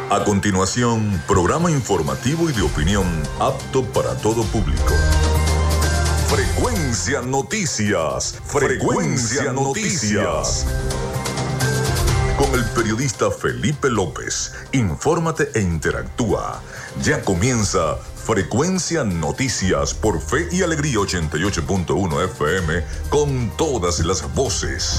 A continuación, programa informativo y de opinión apto para todo público. Frecuencia Noticias. Frecuencia Noticias. Con el periodista Felipe López. Infórmate e interactúa. Ya comienza Frecuencia Noticias por Fe y Alegría 88.1 FM con todas las voces.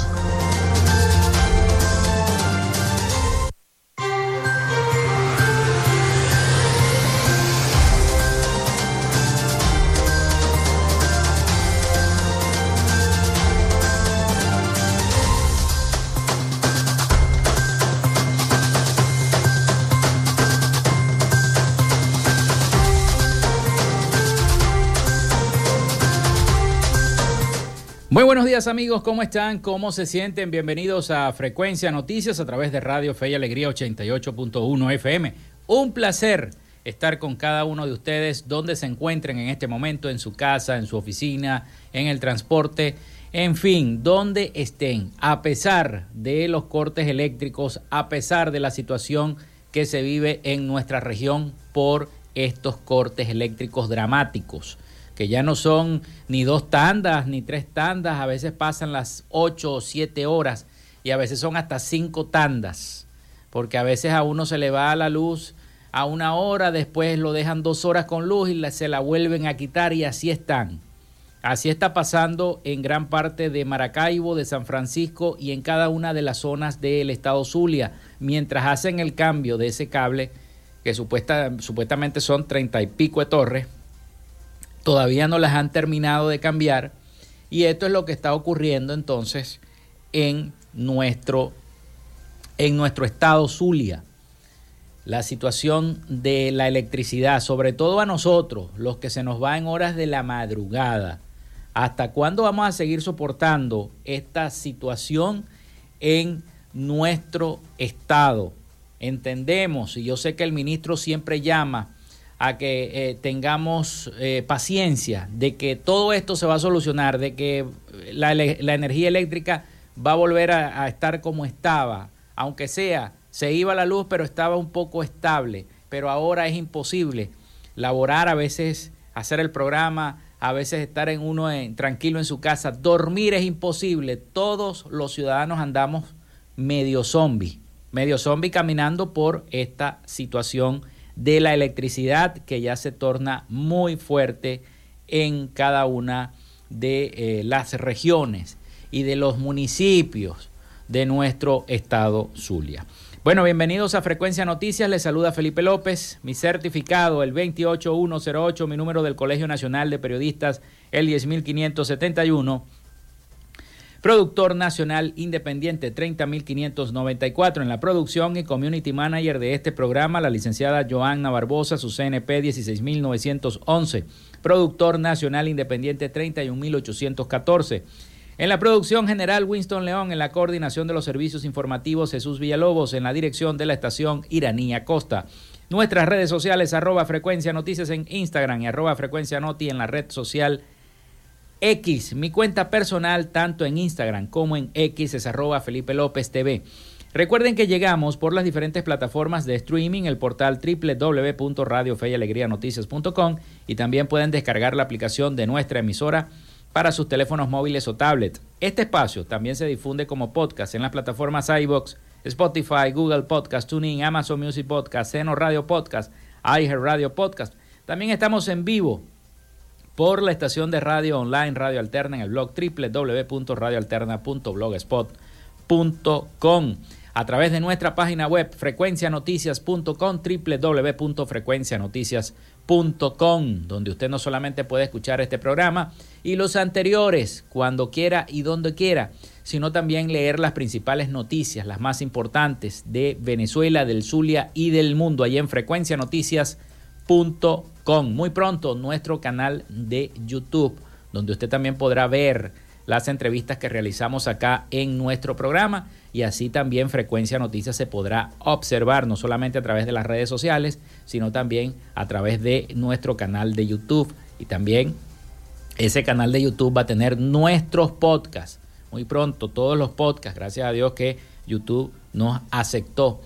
Muy buenos días amigos, ¿cómo están? ¿Cómo se sienten? Bienvenidos a Frecuencia Noticias a través de Radio Fe y Alegría 88.1 FM. Un placer estar con cada uno de ustedes donde se encuentren en este momento, en su casa, en su oficina, en el transporte, en fin, donde estén. A pesar de los cortes eléctricos, a pesar de la situación que se vive en nuestra región por estos cortes eléctricos dramáticos, que ya no son ni 2 tandas, ni 3 tandas, a veces pasan las 8 o 7 horas y a veces son hasta 5 tandas, porque a veces a uno se le va la luz a 1 hora, después lo dejan 2 horas con luz y se la vuelven a quitar y así están. Así está pasando en gran parte de Maracaibo, de San Francisco y en cada una de las zonas del estado Zulia, mientras hacen el cambio de ese cable, que supuestamente son 30 y pico de torres. Todavía no las han terminado de cambiar y esto es lo que está ocurriendo entonces en nuestro estado Zulia. La situación de la electricidad, sobre todo a nosotros, los que se nos va en horas de la madrugada. ¿Hasta cuándo vamos a seguir soportando esta situación en nuestro estado? Entendemos, y yo sé que el ministro siempre llama a que tengamos paciencia de que todo esto se va a solucionar, de que la energía eléctrica va a volver a estar como estaba, aunque sea, se iba la luz pero estaba un poco estable, pero ahora es imposible laborar, a veces hacer el programa, a veces estar tranquilo en su casa, dormir es imposible. Todos los ciudadanos andamos medio zombie caminando por esta situación de la electricidad que ya se torna muy fuerte en cada una de las regiones y de los municipios de nuestro estado Zulia. Bueno, bienvenidos a Frecuencia Noticias, les saluda Felipe López, mi certificado el 28108, mi número del Colegio Nacional de Periodistas el 10571. Productor nacional independiente 30.594. En la producción y community manager de este programa, la licenciada Joanna Barbosa, su CNP 16.911. Productor nacional independiente 31.814. En la producción general, Winston León. En la coordinación de los servicios informativos, Jesús Villalobos. En la dirección de la estación, Iranía Costa. Nuestras redes sociales, @Frecuencia Noticias en Instagram y @Frecuencia Noti en la red social X. Mi cuenta personal, tanto en Instagram como en X, es @Felipe López TV. Recuerden que llegamos por las diferentes plataformas de streaming, el portal www.radiofeyalegrianoticias.com, y también pueden descargar la aplicación de nuestra emisora para sus teléfonos móviles o tablet. Este espacio también se difunde como podcast en las plataformas iVoox, Spotify, Google Podcast, TuneIn, Amazon Music Podcast, Seno Radio Podcast, iHeartRadio Podcast. También estamos en vivo por la estación de radio online Radio Alterna en el blog www.radioalterna.blogspot.com, a través de nuestra página web frecuencianoticias.com, www.frecuencianoticias.com, donde usted no solamente puede escuchar este programa y los anteriores cuando quiera y donde quiera, sino también leer las principales noticias, las más importantes de Venezuela, del Zulia y del mundo, allí en frecuencianoticias.com. Muy pronto nuestro canal de YouTube, donde usted también podrá ver las entrevistas que realizamos acá en nuestro programa, y así también Frecuencia Noticias se podrá observar no solamente a través de las redes sociales, sino también a través de nuestro canal de YouTube. Y también ese canal de YouTube va a tener nuestros podcasts. Muy pronto todos los podcasts, gracias a Dios que YouTube nos aceptó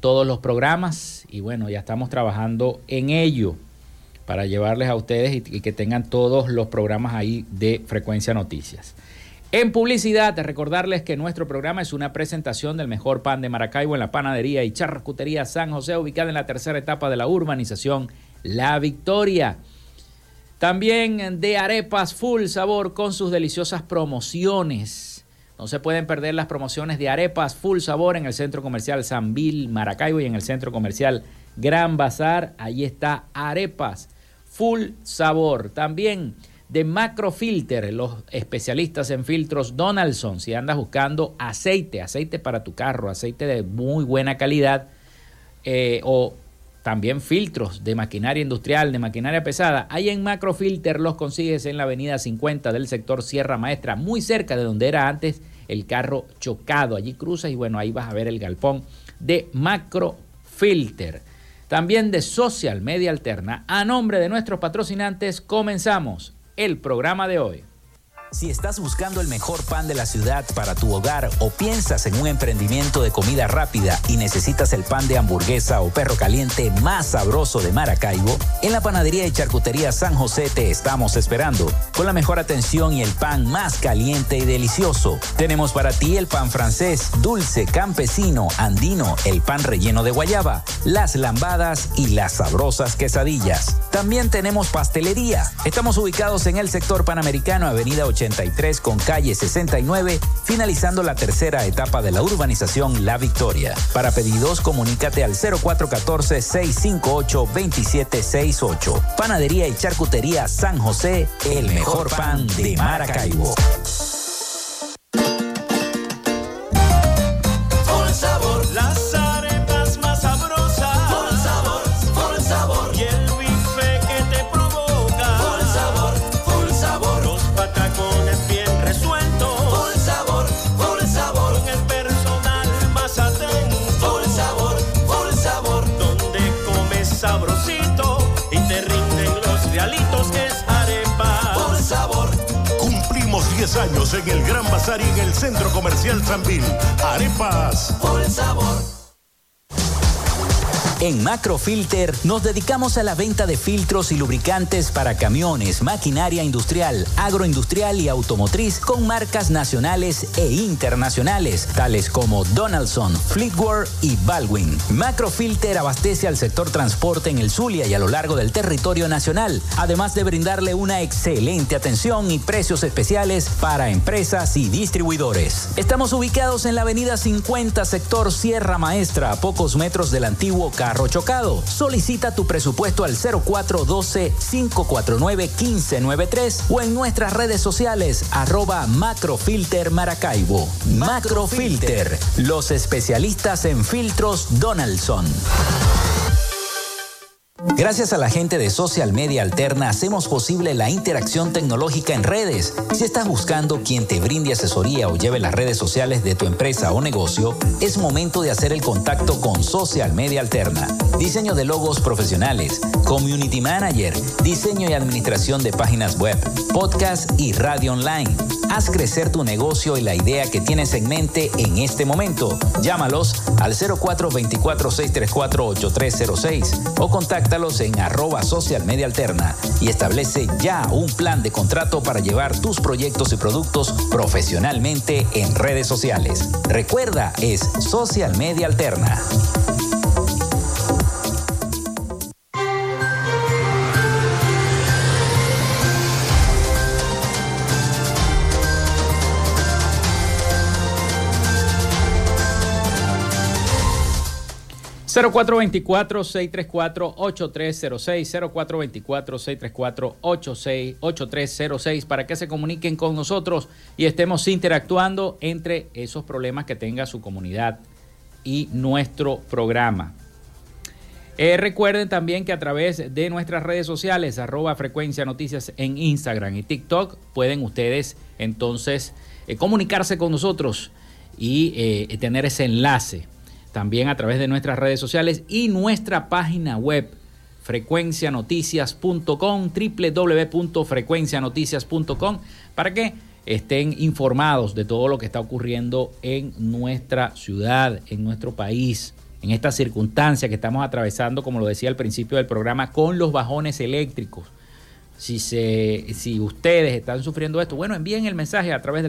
todos los programas y bueno, ya estamos trabajando en ello para llevarles a ustedes y que tengan todos los programas ahí de Frecuencia Noticias. En publicidad, recordarles que nuestro programa es una presentación del mejor pan de Maracaibo en la panadería y charcutería San José, ubicada en la tercera etapa de la urbanización La Victoria. También de arepas Full Sabor con sus deliciosas promociones. No se pueden perder las promociones de arepas Full Sabor en el Centro Comercial Sanvil, Maracaibo, y en el Centro Comercial Gran Bazar. Allí está arepas Full Sabor. También de Macrofilter, los especialistas en filtros Donaldson. Si andas buscando aceite para tu carro, aceite de muy buena calidad, o también filtros de maquinaria industrial, de maquinaria pesada, ahí en Macrofilter los consigues en la avenida 50 del sector Sierra Maestra, muy cerca de donde era antes el carro chocado. Allí cruzas y bueno, ahí vas a ver el galpón de Macrofilter. También de Social Media Alterna. A nombre de nuestros patrocinantes, comenzamos el programa de hoy. Si estás buscando el mejor pan de la ciudad para tu hogar o piensas en un emprendimiento de comida rápida y necesitas el pan de hamburguesa o perro caliente más sabroso de Maracaibo, en la panadería y charcutería San José te estamos esperando. Con la mejor atención y el pan más caliente y delicioso. Tenemos para ti el pan francés, dulce, campesino, andino, el pan relleno de guayaba, las lambadas y las sabrosas quesadillas. También tenemos pastelería. Estamos ubicados en el sector Panamericano, avenida 83 con calle 69, finalizando la tercera etapa de la urbanización La Victoria. Para pedidos, comunícate al 0414-658-2768. Panadería y charcutería San José, el mejor pan de Maracaibo. Full sabor, las arepas más sabrosas. Full sabor, full sabor. Y el bife que te provoca. Full sabor, los patacones bien resueltos. Full sabor, con el personal más atento. Full sabor, donde comes sabrosito y te rinden los realitos que es arepa. Full sabor. Cumplimos 10 años en el Gran Bazar y en el Centro Comercial Sanvil. Arepas Full sabor. En Macrofilter nos dedicamos a la venta de filtros y lubricantes para camiones, maquinaria industrial, agroindustrial y automotriz con marcas nacionales e internacionales, tales como Donaldson, Fleetwood y Baldwin. Macrofilter abastece al sector transporte en el Zulia y a lo largo del territorio nacional, además de brindarle una excelente atención y precios especiales para empresas y distribuidores. Estamos ubicados en la avenida 50, sector Sierra Maestra, a pocos metros del antiguo carro chocado. Solicita tu presupuesto al 0412-549-1593 o en nuestras redes sociales @Macrofilter Maracaibo. Macrofilter, los especialistas en filtros Donaldson. Gracias a la gente de Social Media Alterna hacemos posible la interacción tecnológica en redes. Si estás buscando quien te brinde asesoría o lleve las redes sociales de tu empresa o negocio, es momento de hacer el contacto con Social Media Alterna. Diseño de logos profesionales, community manager, diseño y administración de páginas web, podcast y radio online. Haz crecer tu negocio y la idea que tienes en mente en este momento. Llámalos al 0424-634-8306 o contáctalos en @Social Media Alterna y establece ya un plan de contrato para llevar tus proyectos y productos profesionalmente en redes sociales. Recuerda, es Social Media Alterna. (0424-634-8306) 0424-634-8306 para que se comuniquen con nosotros y estemos interactuando entre esos problemas que tenga su comunidad y nuestro programa. Recuerden también que a través de nuestras redes sociales @Frecuencia Noticias en Instagram y TikTok pueden ustedes entonces comunicarse con nosotros y tener ese enlace. También a través de nuestras redes sociales y nuestra página web frecuencianoticias.com, www.frecuencianoticias.com, para que estén informados de todo lo que está ocurriendo en nuestra ciudad, en nuestro país. en esta circunstancia que estamos atravesando, como lo decía al principio del programa, con los bajones eléctricos. Si ustedes están sufriendo esto, bueno, envíen el mensaje a través del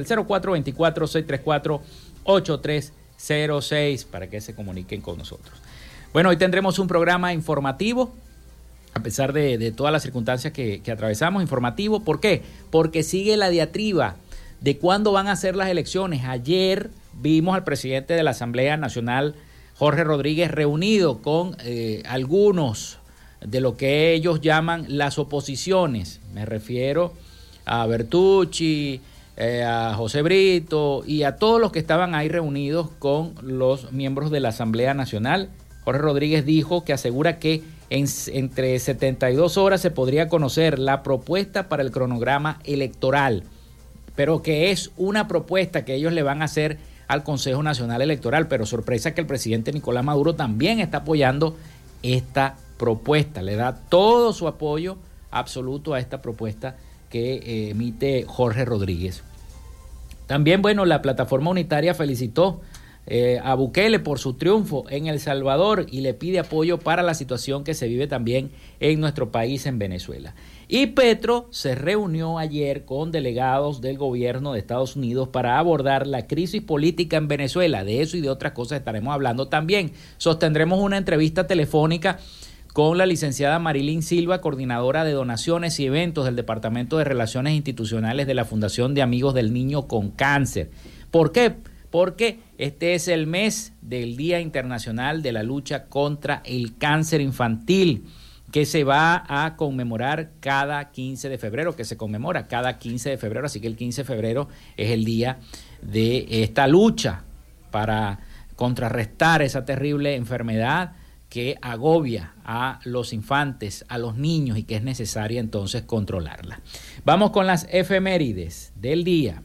0424-634-8306 para que se comuniquen con nosotros. Bueno, hoy tendremos un programa informativo, a pesar de todas las circunstancias que atravesamos, informativo. ¿Por qué? Porque sigue la diatriba de cuándo van a ser las elecciones. Ayer vimos al presidente de la Asamblea Nacional, Jorge Rodríguez, reunido con algunos de lo que ellos llaman las oposiciones. Me refiero a Bertucci, a José Brito y a todos los que estaban ahí reunidos con los miembros de la Asamblea Nacional. Jorge Rodríguez dijo que asegura que entre 72 horas se podría conocer la propuesta para el cronograma electoral, pero que es una propuesta que ellos le van a hacer al Consejo Nacional Electoral. Pero sorpresa que el presidente Nicolás Maduro también está apoyando esta propuesta, le da todo su apoyo absoluto a esta propuesta que emite Jorge Rodríguez. También, bueno, la plataforma unitaria felicitó a Bukele por su triunfo en El Salvador y le pide apoyo para la situación que se vive también en nuestro país, en Venezuela. Y Petro se reunió ayer con delegados del gobierno de Estados Unidos para abordar la crisis política en Venezuela. De eso y de otras cosas estaremos hablando también. Sostendremos una entrevista telefónica con la licenciada Marilyn Silva, coordinadora de donaciones y eventos del Departamento de Relaciones Institucionales de la Fundación de Amigos del Niño con Cáncer. ¿Por qué? Porque este es el mes del Día Internacional de la Lucha contra el Cáncer Infantil, que se va a conmemorar cada 15 de febrero, así que el 15 de febrero es el día de esta lucha para contrarrestar esa terrible enfermedad que agobia a los infantes, a los niños, y que es necesaria entonces controlarla. Vamos con las efemérides del día.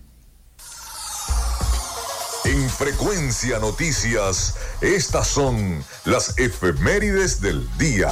En Frecuencia Noticias, estas son las efemérides del día.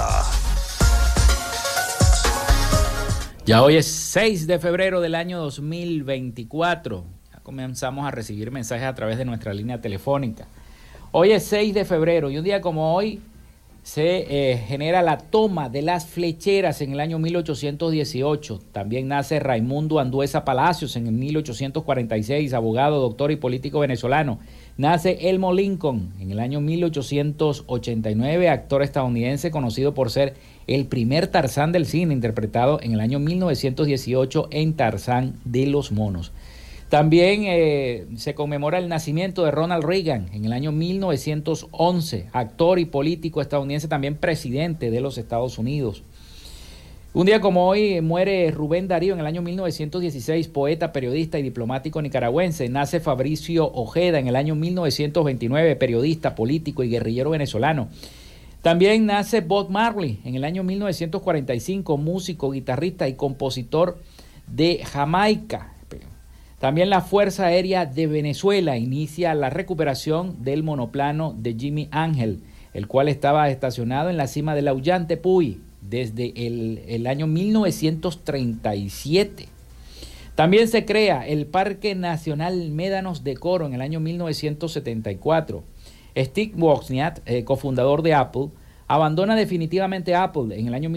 Ya hoy es 6 de febrero del año 2024. Ya comenzamos a recibir mensajes a través de nuestra línea telefónica. Hoy es 6 de febrero y un día como hoy se genera la toma de las flecheras en el año 1818. También nace Raimundo Andueza Palacios en el 1846, abogado, doctor y político venezolano. Nace Elmo Lincoln en el año 1889, actor estadounidense conocido por ser el primer Tarzán del cine, interpretado en el año 1918 en Tarzán de los Monos. También se conmemora el nacimiento de Ronald Reagan en el año 1911, actor y político estadounidense, también presidente de los Estados Unidos. Un día como hoy muere Rubén Darío en el año 1916, poeta, periodista y diplomático nicaragüense. Nace Fabricio Ojeda en el año 1929, periodista, político y guerrillero venezolano. También nace Bob Marley en el año 1945, músico, guitarrista y compositor de Jamaica. También la Fuerza Aérea de Venezuela inicia la recuperación del monoplano de Jimmy Ángel, el cual estaba estacionado en la cima del Aullante-Puy desde el año 1937. También se crea el Parque Nacional Médanos de Coro en el año 1974. Steve Wozniak, cofundador de Apple, abandona definitivamente Apple en el año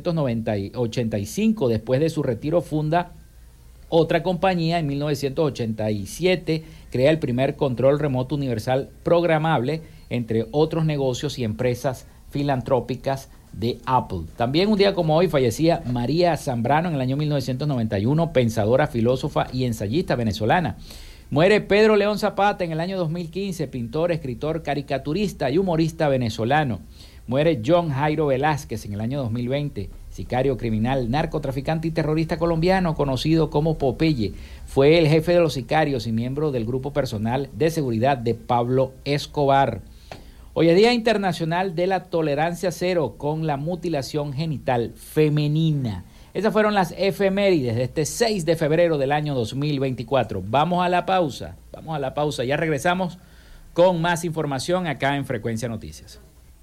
1985. Después de su retiro funda otra compañía. En 1987 crea el primer control remoto universal programable, entre otros negocios y empresas filantrópicas de Apple. También un día como hoy fallecía María Zambrano en el año 1991, pensadora, filósofa y ensayista venezolana. Muere Pedro León Zapata en el año 2015, pintor, escritor, caricaturista y humorista venezolano. Muere John Jairo Velázquez en el año 2020, sicario, criminal, narcotraficante y terrorista colombiano conocido como Popeye. Fue el jefe de los sicarios y miembro del grupo personal de seguridad de Pablo Escobar. Hoy es Día Internacional de la Tolerancia Cero con la mutilación genital femenina. Esas fueron las efemérides de este 6 de febrero del año 2024. Vamos a la pausa, ya regresamos con más información acá en Frecuencia Noticias.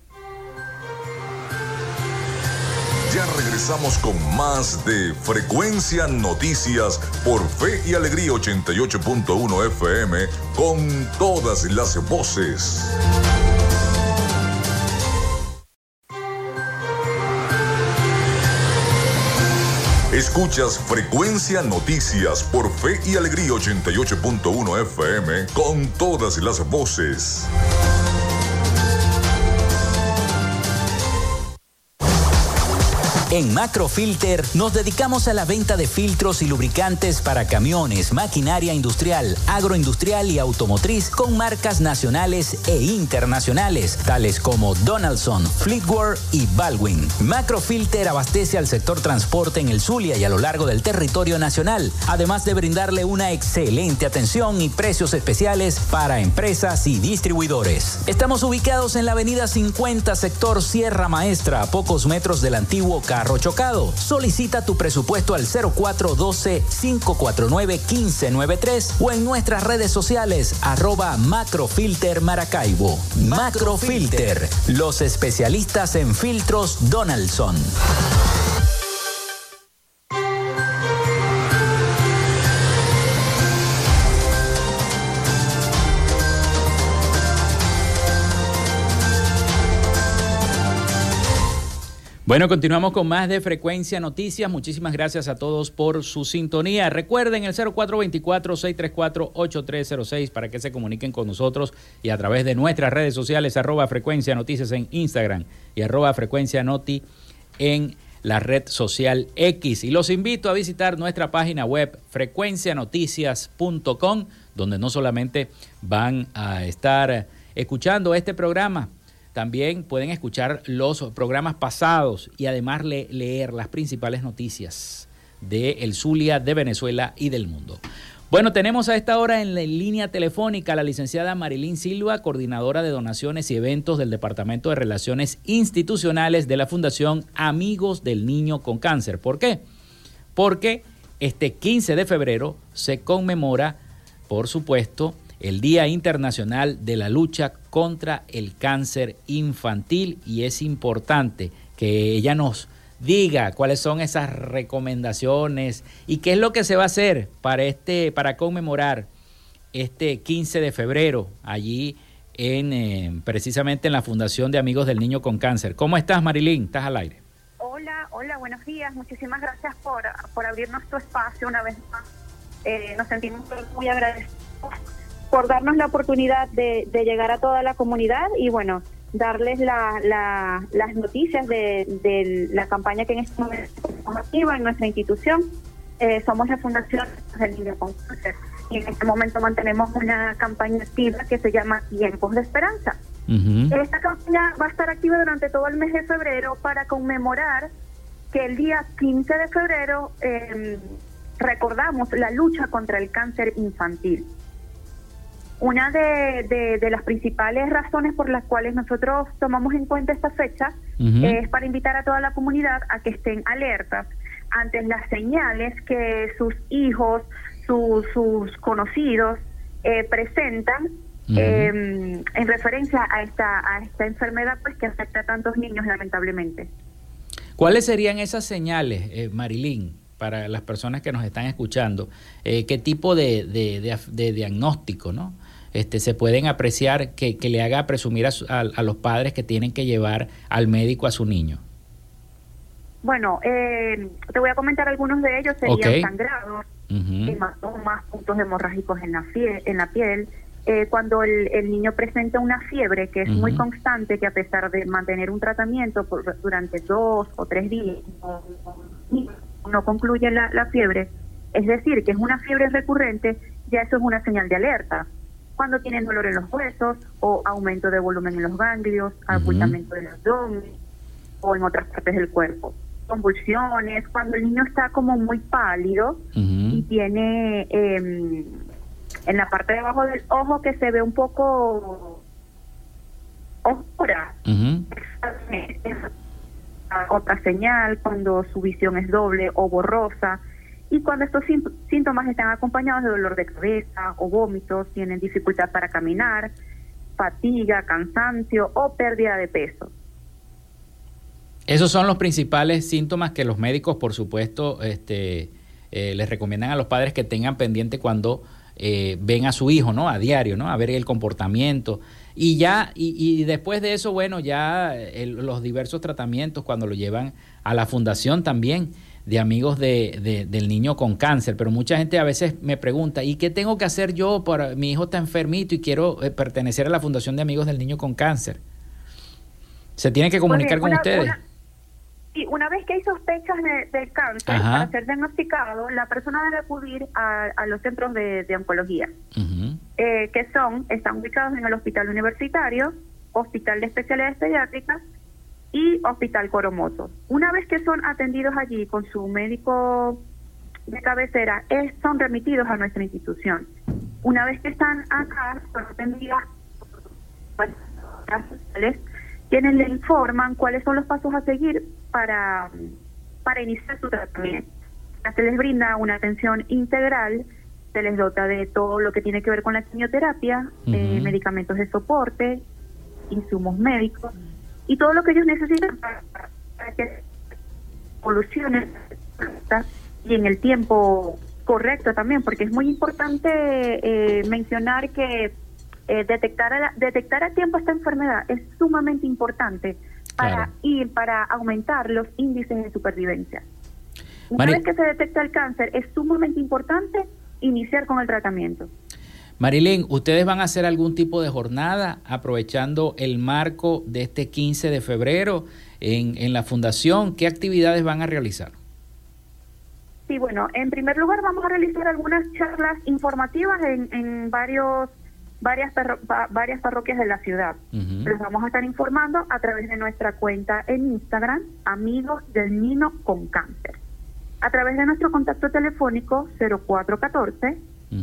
Ya regresamos con más de Frecuencia Noticias por Fe y Alegría 88.1 FM con todas las voces. Escuchas Frecuencia Noticias por Fe y Alegría 88.1 FM con todas las voces. En Macrofilter nos dedicamos a la venta de filtros y lubricantes para camiones, maquinaria industrial, agroindustrial y automotriz con marcas nacionales e internacionales, tales como Donaldson, Fleetwood y Baldwin. Macrofilter abastece al sector transporte en el Zulia y a lo largo del territorio nacional, además de brindarle una excelente atención y precios especiales para empresas y distribuidores. Estamos ubicados en la avenida 50, sector Sierra Maestra, a pocos metros del antiguo carro chocado. Solicita tu presupuesto al 0412-549-1593 o en nuestras redes sociales @Macrofilter Maracaibo. Macrofilter, los especialistas en filtros Donaldson. Bueno, continuamos con más de Frecuencia Noticias. Muchísimas gracias a todos por su sintonía. Recuerden el 0424-634-8306 para que se comuniquen con nosotros y a través de nuestras redes sociales @Frecuencia Noticias en Instagram y @Frecuencia Noti en la red social X. Y los invito a visitar nuestra página web frecuencianoticias.com, donde no solamente van a estar escuchando este programa, también pueden escuchar los programas pasados y además leer las principales noticias de el Zulia, de Venezuela y del mundo. Bueno, tenemos a esta hora en la línea telefónica a la licenciada Marilyn Silva, coordinadora de donaciones y eventos del Departamento de Relaciones Institucionales de la Fundación Amigos del Niño con Cáncer. ¿Por qué? Porque este 15 de febrero se conmemora, por supuesto, el Día Internacional de la Lucha contra el Cáncer Infantil, y es importante que ella nos diga cuáles son esas recomendaciones y qué es lo que se va a hacer para conmemorar este 15 de febrero allí precisamente en la Fundación de Amigos del Niño con Cáncer. ¿Cómo estás, Marilyn? ¿Estás al aire? Hola, buenos días. Muchísimas gracias por abrirnos tu espacio una vez más. Nos sentimos muy agradecidos por darnos la oportunidad de llegar a toda la comunidad y bueno, darles las noticias de la campaña que en este momento estamos activa en nuestra institución. Somos la Fundación del Niño con Cáncer y en este momento mantenemos una campaña activa que se llama Tiempos de Esperanza. Esta campaña va a estar activa durante todo el mes de febrero para conmemorar que el día 15 de febrero recordamos la lucha contra el cáncer infantil. Una de las principales razones por las cuales nosotros tomamos en cuenta esta fecha es para invitar a toda la comunidad a que estén alertas ante las señales que sus hijos, sus conocidos presentan en referencia a esta enfermedad pues que afecta a tantos niños lamentablemente. ¿Cuáles serían esas señales, Marilyn, para las personas que nos están escuchando? ¿Qué tipo de diagnóstico, no? Se pueden apreciar que le haga presumir a los padres que tienen que llevar al médico a su niño? Bueno, te voy a comentar algunos de ellos. Serían sangrados, hematomas, puntos hemorrágicos en la piel. Cuando el niño presenta una fiebre que es muy constante, que a pesar de mantener un tratamiento durante 2 o 3 días no concluye la fiebre, es decir, que es una fiebre recurrente, ya eso es una señal de alerta. Cuando tienen dolor en los huesos o aumento de volumen en los ganglios, abultamiento del abdomen o en otras partes del cuerpo. Convulsiones, cuando el niño está como muy pálido y tiene en la parte de abajo del ojo que se ve un poco oscura. Otra señal, cuando su visión es doble o borrosa. Y cuando estos síntomas están acompañados de dolor de cabeza o vómitos, tienen dificultad para caminar, fatiga, cansancio o pérdida de peso. Esos son los principales síntomas que los médicos, por supuesto, les recomiendan a los padres que tengan pendiente cuando ven a su hijo, ¿no? A diario, ¿no? A ver el comportamiento. Y después de eso, bueno, ya los diversos tratamientos cuando lo llevan a la fundación también de amigos del niño con cáncer, pero mucha gente a veces me pregunta, ¿y qué tengo que hacer yo para mi hijo está enfermito y quiero pertenecer a la Fundación de Amigos del Niño con Cáncer? ¿Se tiene que comunicar con ustedes? Sí, una vez que hay sospechas del cáncer, Ajá. para ser diagnosticado, la persona debe acudir a los centros de oncología, Uh-huh. están ubicados en el Hospital Universitario, Hospital de Especialidades Pediátricas y Hospital Coromoto. Una vez que son atendidos allí con su médico de cabecera, son remitidos a nuestra institución. Una vez que están acá, son atendidos por sociales, quienes le informan cuáles son los pasos a seguir para iniciar su tratamiento. Se les brinda una atención integral, se les dota de todo lo que tiene que ver con la quimioterapia, medicamentos de soporte, insumos médicos y todo lo que ellos necesitan para que evolucionen y en el tiempo correcto también, porque es muy importante mencionar que detectar a tiempo esta enfermedad es sumamente importante para aumentar los índices de supervivencia. Una vez que se detecta el cáncer, es sumamente importante iniciar con el tratamiento. Marilyn, ¿ustedes van a hacer algún tipo de jornada aprovechando el marco de este 15 de febrero en la fundación? ¿Qué actividades van a realizar? Sí, bueno, en primer lugar vamos a realizar algunas charlas informativas en varias parroquias de la ciudad. Uh-huh. Les vamos a estar informando a través de nuestra cuenta en Instagram, Amigos del Niño con Cáncer. A través de nuestro contacto telefónico 0414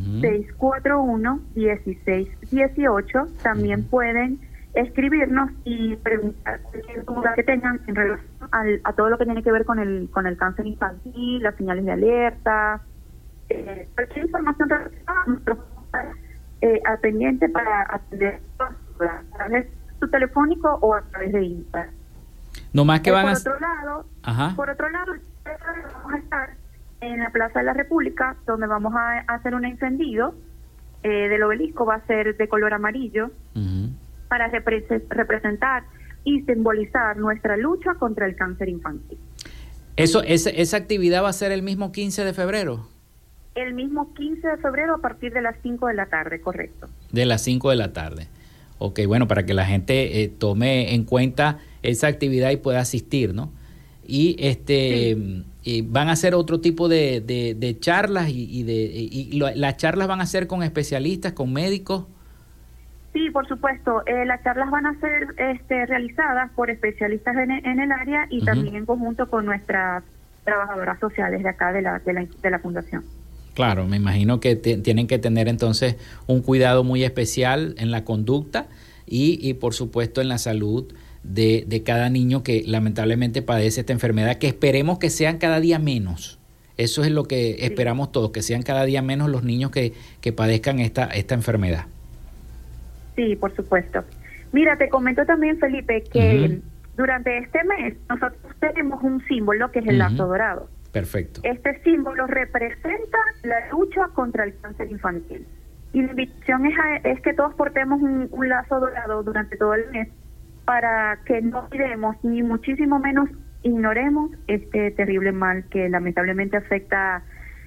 641-1618. También pueden escribirnos y preguntar cualquier duda que tengan en relación a todo lo que tiene que ver con el cáncer infantil, las señales de alerta, cualquier información relacionada, nosotros vamos a estar al pendiente para atender a través de su telefónico o a través de Instagram. No más que van a... Por otro lado, vamos a estar en la Plaza de la República, donde vamos a hacer un encendido del obelisco, va a ser de color amarillo, para representar y simbolizar nuestra lucha contra el cáncer infantil. ¿Esa actividad va a ser el mismo 15 de febrero? El mismo 15 de febrero a partir de las 5 de la tarde, correcto. De las 5 de la tarde. Ok, bueno, para que la gente tome en cuenta esa actividad y pueda asistir, ¿no? Y y van a hacer otro tipo de charlas las charlas van a ser con especialistas, con médicos. Sí, por supuesto. Las charlas van a ser realizadas por especialistas en el área y también en conjunto con nuestras trabajadoras sociales de acá de la fundación. Claro, me imagino que tienen que tener entonces un cuidado muy especial en la conducta y por supuesto en la salud de cada niño que lamentablemente padece esta enfermedad, que esperemos que sean cada día menos. Eso es lo que esperamos todos, que sean cada día menos los niños que padezcan esta enfermedad. Sí, por supuesto. Mira, te comento también, Felipe, que durante este mes nosotros tenemos un símbolo que es el lazo dorado. Perfecto. Este símbolo representa la lucha contra el cáncer infantil. Y la invitación es que todos portemos un lazo dorado durante todo el mes para que no olvidemos ni muchísimo menos ignoremos este terrible mal que lamentablemente afecta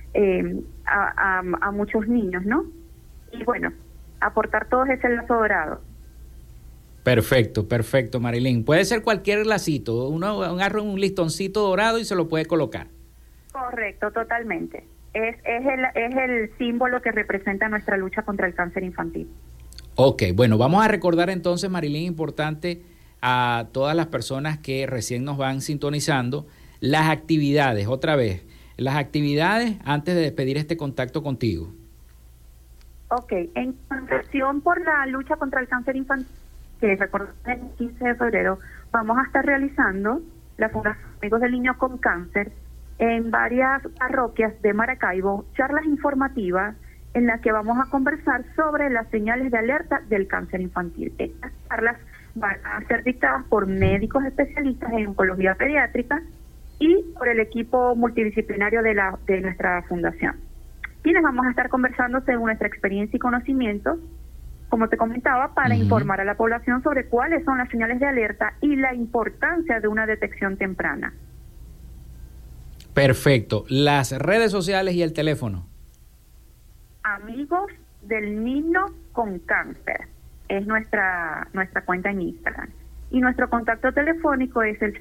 a muchos niños, ¿no? Y bueno, aportar todos ese lazo dorado. Perfecto, Marilyn. Puede ser cualquier lacito, uno agarra un listoncito dorado y se lo puede colocar. Correcto, totalmente. Es el símbolo que representa nuestra lucha contra el cáncer infantil. Ok, bueno, vamos a recordar entonces, Marilyn, importante a todas las personas que recién nos van sintonizando, las actividades, otra vez, las actividades antes de despedir este contacto contigo. Ok, en conversión por la lucha contra el cáncer infantil, que recordemos el 15 de febrero, vamos a estar realizando la Fundación Amigos del Niño con Cáncer en varias parroquias de Maracaibo, charlas informativas en las que vamos a conversar sobre las señales de alerta del cáncer infantil. Estas charlas van a ser dictadas por médicos especialistas en oncología pediátrica y por el equipo multidisciplinario de nuestra fundación, quienes vamos a estar conversando según nuestra experiencia y conocimiento, como te comentaba, para informar a la población sobre cuáles son las señales de alerta y la importancia de una detección temprana. Perfecto. Las redes sociales y el teléfono. Amigos del Niño con Cáncer es nuestra cuenta en Instagram. Y nuestro contacto telefónico es el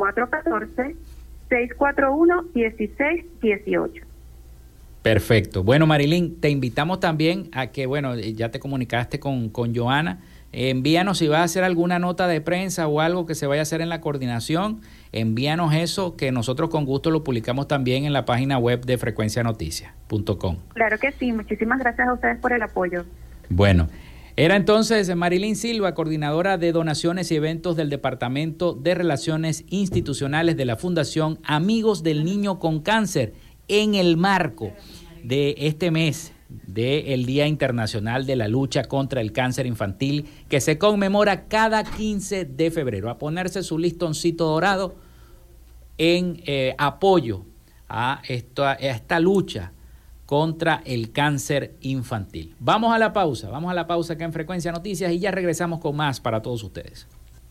0414-641-1618. Perfecto. Bueno, Marilyn, te invitamos también a que, bueno, ya te comunicaste con Joana. Envíanos si vas a hacer alguna nota de prensa o algo que se vaya a hacer en la coordinación. Envíanos eso, que nosotros con gusto lo publicamos también en la página web de frecuencianoticias.com. Claro que sí. Muchísimas gracias a ustedes por el apoyo. Bueno, era entonces Marilyn Silva, coordinadora de donaciones y eventos del Departamento de Relaciones Institucionales de la Fundación Amigos del Niño con Cáncer, en el marco de este mes del Día Internacional de la Lucha contra el Cáncer Infantil, que se conmemora cada 15 de febrero. A ponerse su listoncito dorado en apoyo a esta lucha contra el cáncer infantil. Vamos a la pausa acá en Frecuencia Noticias y ya regresamos con más para todos ustedes.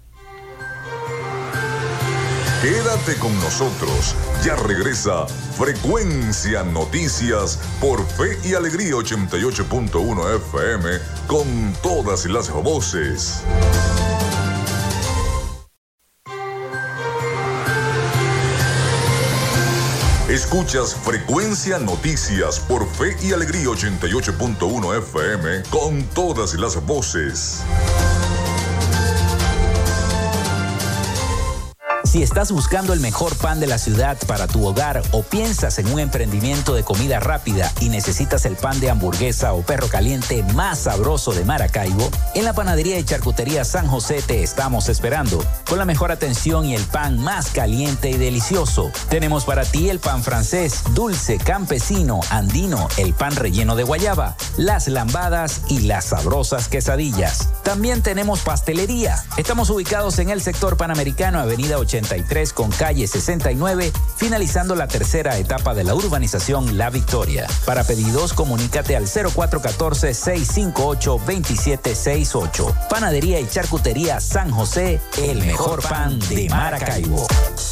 Quédate con nosotros, ya regresa Frecuencia Noticias por Fe y Alegría 88.1 FM con todas las voces. Escuchas Frecuencia Noticias por Fe y Alegría 88.1 FM con todas las voces. Si estás buscando el mejor pan de la ciudad para tu hogar o piensas en un emprendimiento de comida rápida y necesitas el pan de hamburguesa o perro caliente más sabroso de Maracaibo, en la Panadería y Charcutería San José te estamos esperando, con la mejor atención y el pan más caliente y delicioso. Tenemos para ti el pan francés, dulce, campesino, andino, el pan relleno de guayaba, las lambadas y las sabrosas quesadillas. También tenemos pastelería. Estamos ubicados en el sector Panamericano, Avenida 83 con calle 69, finalizando la tercera etapa de la urbanización La Victoria. Para pedidos, comunícate al 0414-658-2768. Panadería y Charcutería San José, el mejor pan de Maracaibo.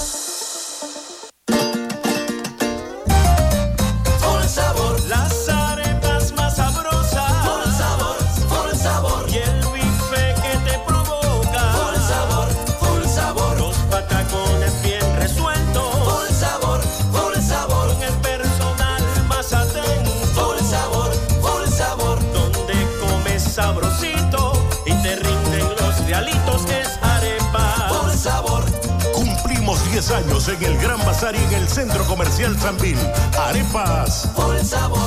Las arepas más sabrosas, full sabor, y el bife que te provoca, full sabor, los patacones bien resueltos, full sabor, con el personal más atento, full sabor, donde comes sabrosito y te rinden los realitos, es arepa, full sabor. Cumplimos 10 años en el Gran Bazar y en el Centro Comercial Sambil. Arepas Full sabor.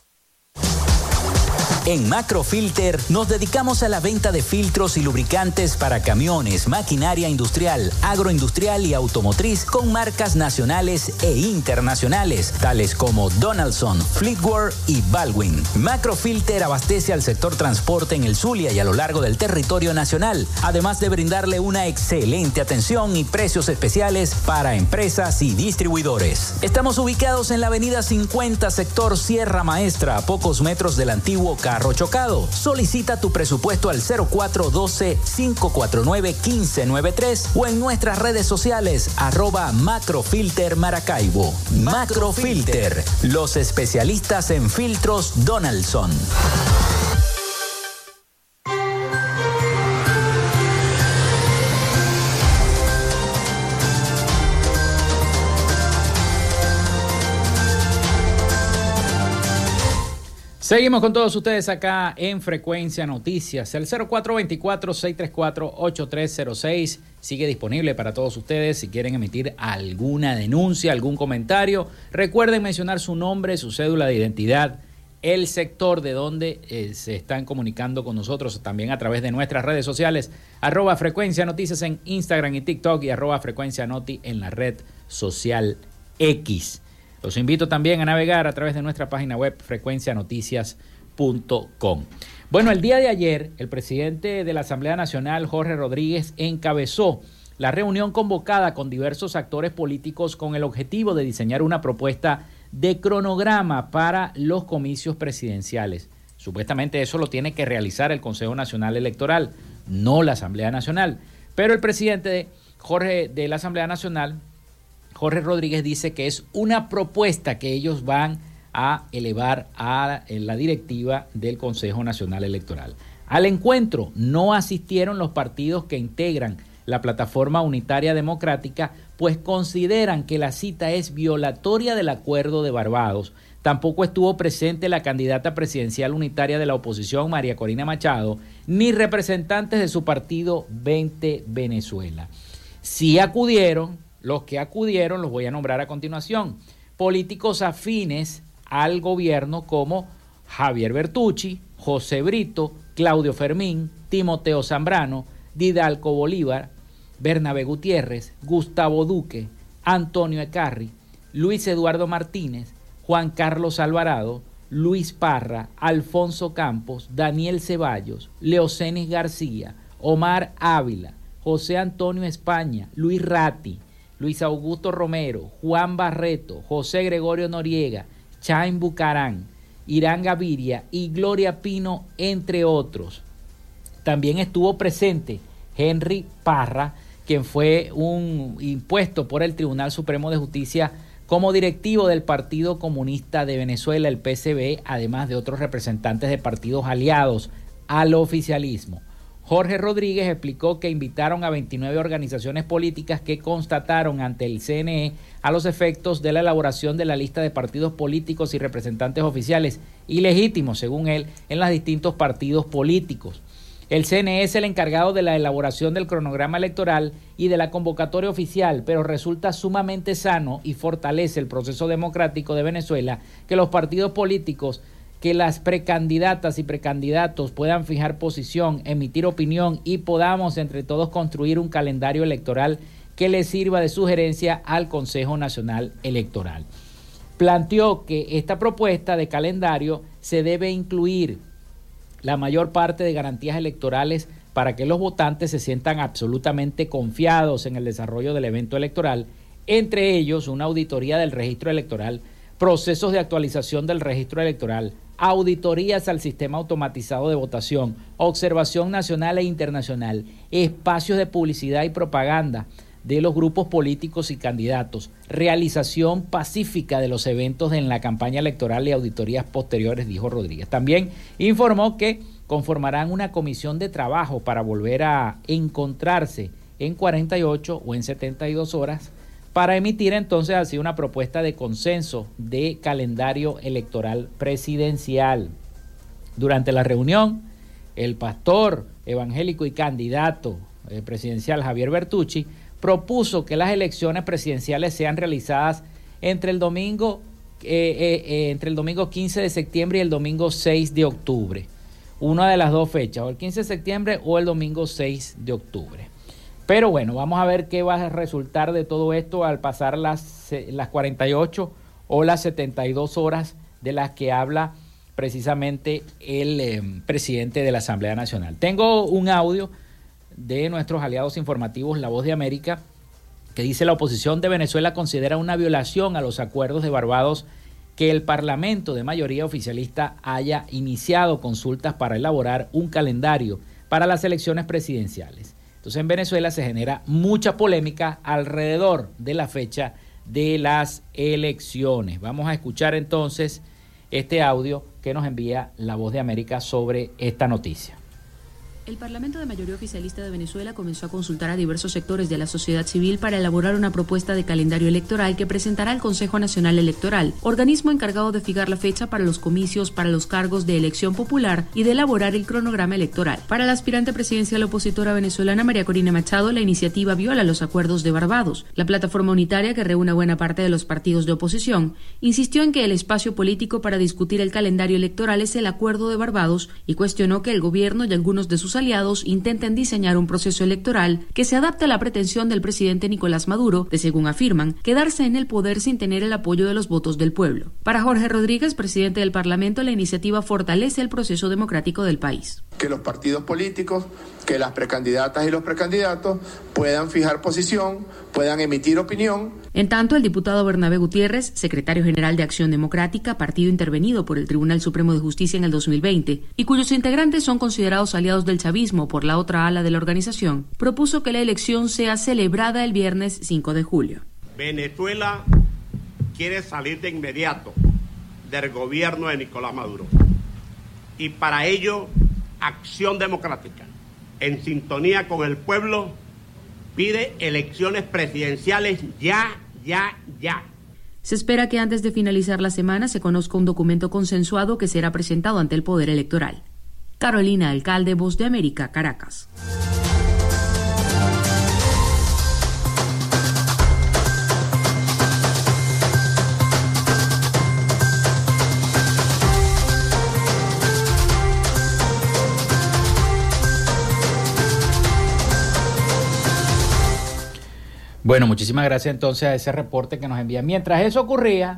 En Macrofilter nos dedicamos a la venta de filtros y lubricantes para camiones, maquinaria industrial, agroindustrial y automotriz con marcas nacionales e internacionales, tales como Donaldson, Fleetwood y Baldwin. Macrofilter abastece al sector transporte en el Zulia y a lo largo del territorio nacional, además de brindarle una excelente atención y precios especiales para empresas y distribuidores. Estamos ubicados en la avenida 50, sector Sierra Maestra, a pocos metros del antiguo carro chocado. Solicita tu presupuesto al 0412-549-1593 o en nuestras redes sociales @Macrofilter Maracaibo. Macrofilter, los especialistas en filtros Donaldson. Seguimos con todos ustedes acá en Frecuencia Noticias. El 0424-634-8306 sigue disponible para todos ustedes. Si quieren emitir alguna denuncia, algún comentario, recuerden mencionar su nombre, su cédula de identidad, el sector de donde se están comunicando con nosotros, también a través de nuestras redes sociales, @Frecuencia Noticias en Instagram y TikTok y @Frecuencia Noti en la red social X. Los invito también a navegar a través de nuestra página web frecuencianoticias.com. Bueno, el día de ayer, el presidente de la Asamblea Nacional, Jorge Rodríguez, encabezó la reunión convocada con diversos actores políticos con el objetivo de diseñar una propuesta de cronograma para los comicios presidenciales. Supuestamente eso lo tiene que realizar el Consejo Nacional Electoral, no la Asamblea Nacional. Pero el presidente Jorge de la Asamblea Nacional, Jorge Rodríguez dice que es una propuesta que ellos van a elevar a la directiva del Consejo Nacional Electoral. Al encuentro no asistieron los partidos que integran la Plataforma Unitaria Democrática, pues consideran que la cita es violatoria del Acuerdo de Barbados. Tampoco estuvo presente la candidata presidencial unitaria de la oposición, María Corina Machado, ni representantes de su partido 20 Venezuela. Sí acudieron, los que acudieron los voy a nombrar a continuación. Políticos afines al gobierno como Javier Bertucci, José Brito, Claudio Fermín, Timoteo Zambrano, Didalco Bolívar, Bernabé Gutiérrez, Gustavo Duque, Antonio Ecarri, Luis Eduardo Martínez, Juan Carlos Alvarado, Luis Parra, Alfonso Campos, Daniel Ceballos, Leocenis García, Omar Ávila, José Antonio España, Luis Ratti, Luis Augusto Romero, Juan Barreto, José Gregorio Noriega, Chaim Bucarán, Irán Gaviria y Gloria Pino, entre otros. También estuvo presente Henry Parra, quien fue impuesto por el Tribunal Supremo de Justicia como directivo del Partido Comunista de Venezuela, el PCV, además de otros representantes de partidos aliados al oficialismo. Jorge Rodríguez explicó que invitaron a 29 organizaciones políticas que constataron ante el CNE a los efectos de la elaboración de la lista de partidos políticos y representantes oficiales ilegítimos, según él, en los distintos partidos políticos. El CNE es el encargado de la elaboración del cronograma electoral y de la convocatoria oficial, pero resulta sumamente sano y fortalece el proceso democrático de Venezuela que los partidos políticos, que las precandidatas y precandidatos puedan fijar posición, emitir opinión y podamos entre todos construir un calendario electoral que le sirva de sugerencia al Consejo Nacional Electoral. Planteó que esta propuesta de calendario se debe incluir la mayor parte de garantías electorales para que los votantes se sientan absolutamente confiados en el desarrollo del evento electoral, entre ellos una auditoría del registro electoral, procesos de actualización del registro electoral, auditorías al sistema automatizado de votación, observación nacional e internacional, espacios de publicidad y propaganda de los grupos políticos y candidatos, realización pacífica de los eventos en la campaña electoral y auditorías posteriores, dijo Rodríguez. También informó que conformarán una comisión de trabajo para volver a encontrarse en 48 o en 72 horas para emitir entonces así una propuesta de consenso de calendario electoral presidencial. Durante la reunión, el pastor evangélico y candidato presidencial Javier Bertucci propuso que las elecciones presidenciales sean realizadas entre el domingo 15 de septiembre y el domingo 6 de octubre. Una de las dos fechas, o el 15 de septiembre o el domingo 6 de octubre. Pero bueno, vamos a ver qué va a resultar de todo esto al pasar las 48 o las 72 horas de las que habla precisamente el presidente de la Asamblea Nacional. Tengo un audio de nuestros aliados informativos, La Voz de América, que dice: la oposición de Venezuela considera una violación a los acuerdos de Barbados que el Parlamento de mayoría oficialista haya iniciado consultas para elaborar un calendario para las elecciones presidenciales. Entonces en Venezuela se genera mucha polémica alrededor de la fecha de las elecciones. Vamos a escuchar entonces este audio que nos envía La Voz de América sobre esta noticia. El Parlamento de mayoría oficialista de Venezuela comenzó a consultar a diversos sectores de la sociedad civil para elaborar una propuesta de calendario electoral que presentará al Consejo Nacional Electoral, organismo encargado de fijar la fecha para los comicios para los cargos de elección popular y de elaborar el cronograma electoral. Para la aspirante presidencial opositora venezolana María Corina Machado, la iniciativa viola los acuerdos de Barbados. La plataforma unitaria, que reúne a buena parte de los partidos de oposición, insistió en que el espacio político para discutir el calendario electoral es el Acuerdo de Barbados y cuestionó que el gobierno y algunos de sus aliados intenten diseñar un proceso electoral que se adapte a la pretensión del presidente Nicolás Maduro de, según afirman, quedarse en el poder sin tener el apoyo de los votos del pueblo. Para Jorge Rodríguez, presidente del Parlamento, la iniciativa fortalece el proceso democrático del país. Que los partidos políticos, que las precandidatas y los precandidatos puedan fijar posición, puedan emitir opinión. En tanto, el diputado Bernabé Gutiérrez, secretario general de Acción Democrática, partido intervenido por el Tribunal Supremo de Justicia en el 2020, y cuyos integrantes son considerados aliados del chavismo por la otra ala de la organización, propuso que la elección sea celebrada el viernes 5 de julio. Venezuela quiere salir de inmediato del gobierno de Nicolás Maduro. Y para ello, Acción Democrática, en sintonía con el pueblo, pide elecciones presidenciales ya. Se espera que antes de finalizar la semana se conozca un documento consensuado que será presentado ante el Poder Electoral. Carolina Alcalde, Voz de América, Caracas. Bueno, muchísimas gracias entonces a ese reporte que nos envían. Mientras eso ocurría,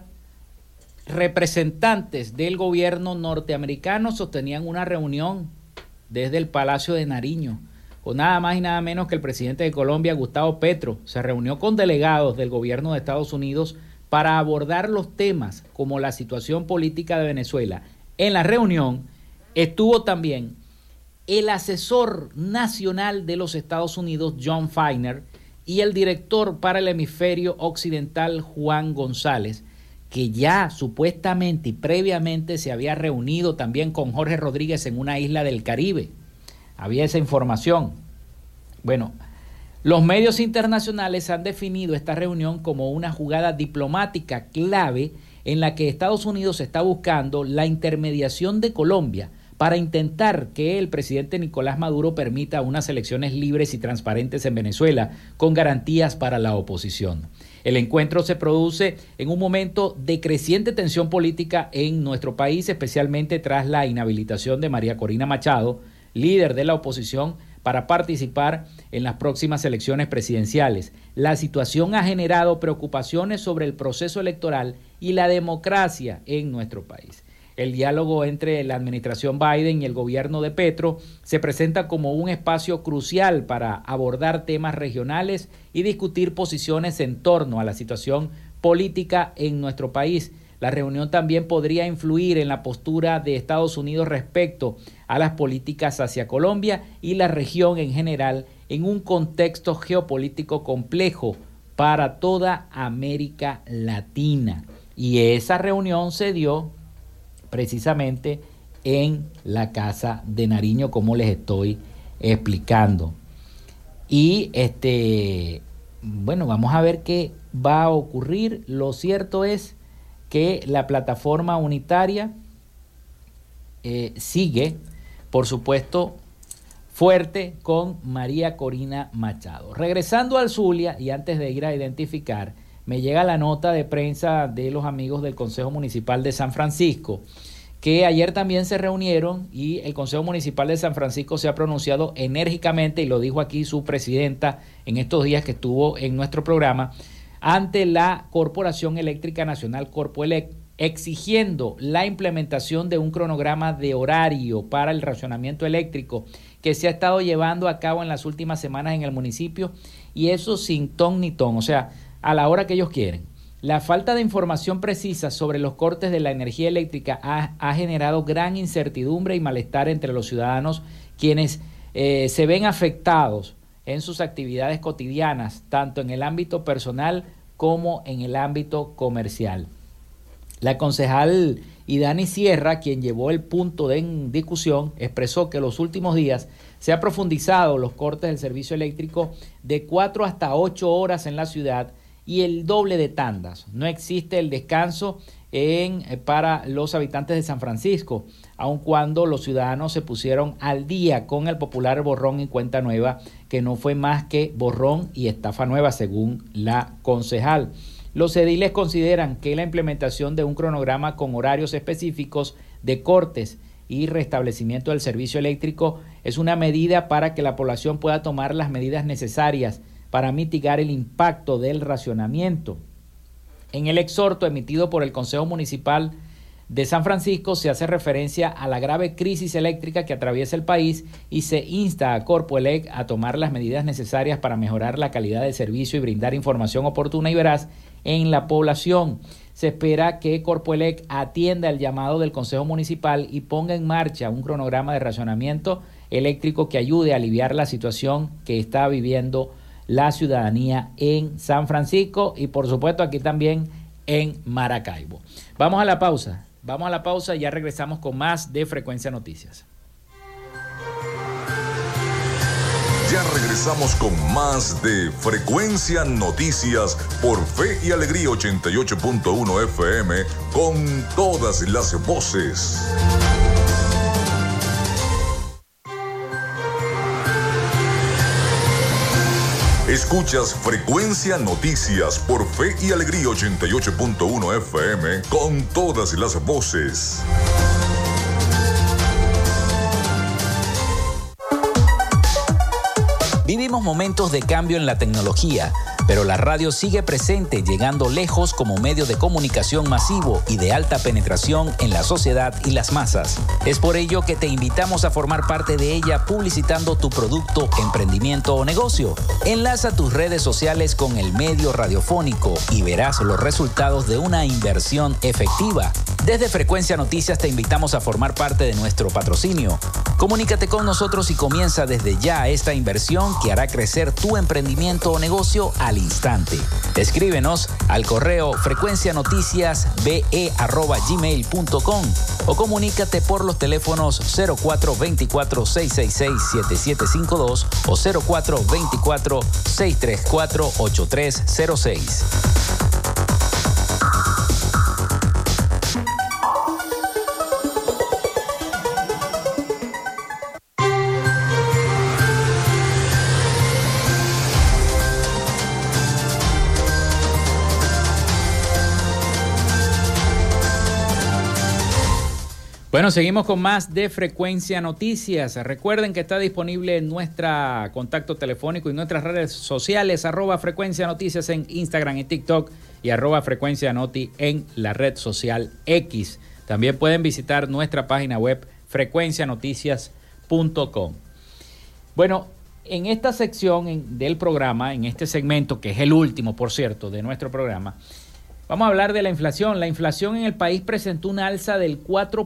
representantes del gobierno norteamericano sostenían una reunión desde el Palacio de Nariño, con nada más y nada menos que el presidente de Colombia, Gustavo Petro. Se reunió con delegados del gobierno de Estados Unidos para abordar los temas como la situación política de Venezuela. En la reunión estuvo también el asesor nacional de los Estados Unidos, John Feiner, y el director para el hemisferio occidental, Juan González, que ya supuestamente y previamente se había reunido también con Jorge Rodríguez en una isla del Caribe. Había esa información. Bueno, los medios internacionales han definido esta reunión como una jugada diplomática clave en la que Estados Unidos está buscando la intermediación de Colombia para intentar que el presidente Nicolás Maduro permita unas elecciones libres y transparentes en Venezuela, con garantías para la oposición. El encuentro se produce en un momento de creciente tensión política en nuestro país, especialmente tras la inhabilitación de María Corina Machado, líder de la oposición, para participar en las próximas elecciones presidenciales. La situación ha generado preocupaciones sobre el proceso electoral y la democracia en nuestro país. El diálogo entre la administración Biden y el gobierno de Petro se presenta como un espacio crucial para abordar temas regionales y discutir posiciones en torno a la situación política en nuestro país. La reunión también podría influir en la postura de Estados Unidos respecto a las políticas hacia Colombia y la región en general, en un contexto geopolítico complejo para toda América Latina. Y esa reunión se dio precisamente en la Casa de Nariño, como les estoy explicando. Y bueno, vamos a ver qué va a ocurrir. Lo cierto es que la plataforma unitaria sigue, por supuesto, fuerte con María Corina Machado. Regresando al Zulia, y antes de ir a identificar, me llega la nota de prensa de los amigos del Consejo Municipal de San Francisco, que ayer también se reunieron y el Consejo Municipal de San Francisco se ha pronunciado enérgicamente, y lo dijo aquí su presidenta en estos días que estuvo en nuestro programa, ante la Corporación Eléctrica Nacional, Corpoelec, exigiendo la implementación de un cronograma de horario para el racionamiento eléctrico que se ha estado llevando a cabo en las últimas semanas en el municipio, y eso sin ton ni ton, o sea, a la hora que ellos quieren. La falta de información precisa sobre los cortes de la energía eléctrica ha generado gran incertidumbre y malestar entre los ciudadanos, quienes se ven afectados en sus actividades cotidianas, tanto en el ámbito personal como en el ámbito comercial. La concejal Idani Sierra, quien llevó el punto en discusión, expresó que en los últimos días se han profundizado los cortes del servicio eléctrico de 4 hasta 8 horas en la ciudad y el doble de tandas. No existe el descanso para los habitantes de San Francisco, aun cuando los ciudadanos se pusieron al día con el popular borrón y cuenta nueva, que no fue más que borrón y estafa nueva, según la concejal. Los ediles consideran que la implementación de un cronograma con horarios específicos de cortes y restablecimiento del servicio eléctrico es una medida para que la población pueda tomar las medidas necesarias para mitigar el impacto del racionamiento. En el exhorto emitido por el Consejo Municipal de San Francisco se hace referencia a la grave crisis eléctrica que atraviesa el país y se insta a Corpoelec a tomar las medidas necesarias para mejorar la calidad del servicio y brindar información oportuna y veraz en la población. Se espera que Corpoelec atienda el llamado del Consejo Municipal y ponga en marcha un cronograma de racionamiento eléctrico que ayude a aliviar la situación que está viviendo la ciudadanía en San Francisco y por supuesto aquí también en Maracaibo. Vamos a la pausa y ya regresamos con más de Frecuencia Noticias. Ya regresamos con más de Frecuencia Noticias por Fe y Alegría 88.1 FM con todas las voces. Escuchas Frecuencia Noticias por Fe y Alegría 88.1 FM con todas las voces. Vivimos momentos de cambio en la tecnología, pero la radio sigue presente, llegando lejos como medio de comunicación masivo y de alta penetración en la sociedad y las masas. Es por ello que te invitamos a formar parte de ella publicitando tu producto, emprendimiento o negocio. Enlaza tus redes sociales con el medio radiofónico y verás los resultados de una inversión efectiva. Desde Frecuencia Noticias te invitamos a formar parte de nuestro patrocinio. Comunícate con nosotros y comienza desde ya esta inversión que hará crecer tu emprendimiento o negocio al instante. Escríbenos al correo frecuencianoticiasbe@gmail.com o comunícate por los teléfonos 0424-666-7752 o 0424-634-8306. Bueno, seguimos con más de Frecuencia Noticias. Recuerden que está disponible nuestro contacto telefónico y nuestras redes sociales, @Frecuencia Noticias en Instagram y TikTok y @Frecuencia Noti en la red social X. También pueden visitar nuestra página web frecuencianoticias.com. Bueno, en esta sección del programa, en este segmento, que es el último, por cierto, de nuestro programa, vamos a hablar de la inflación. La inflación en el país presentó una alza del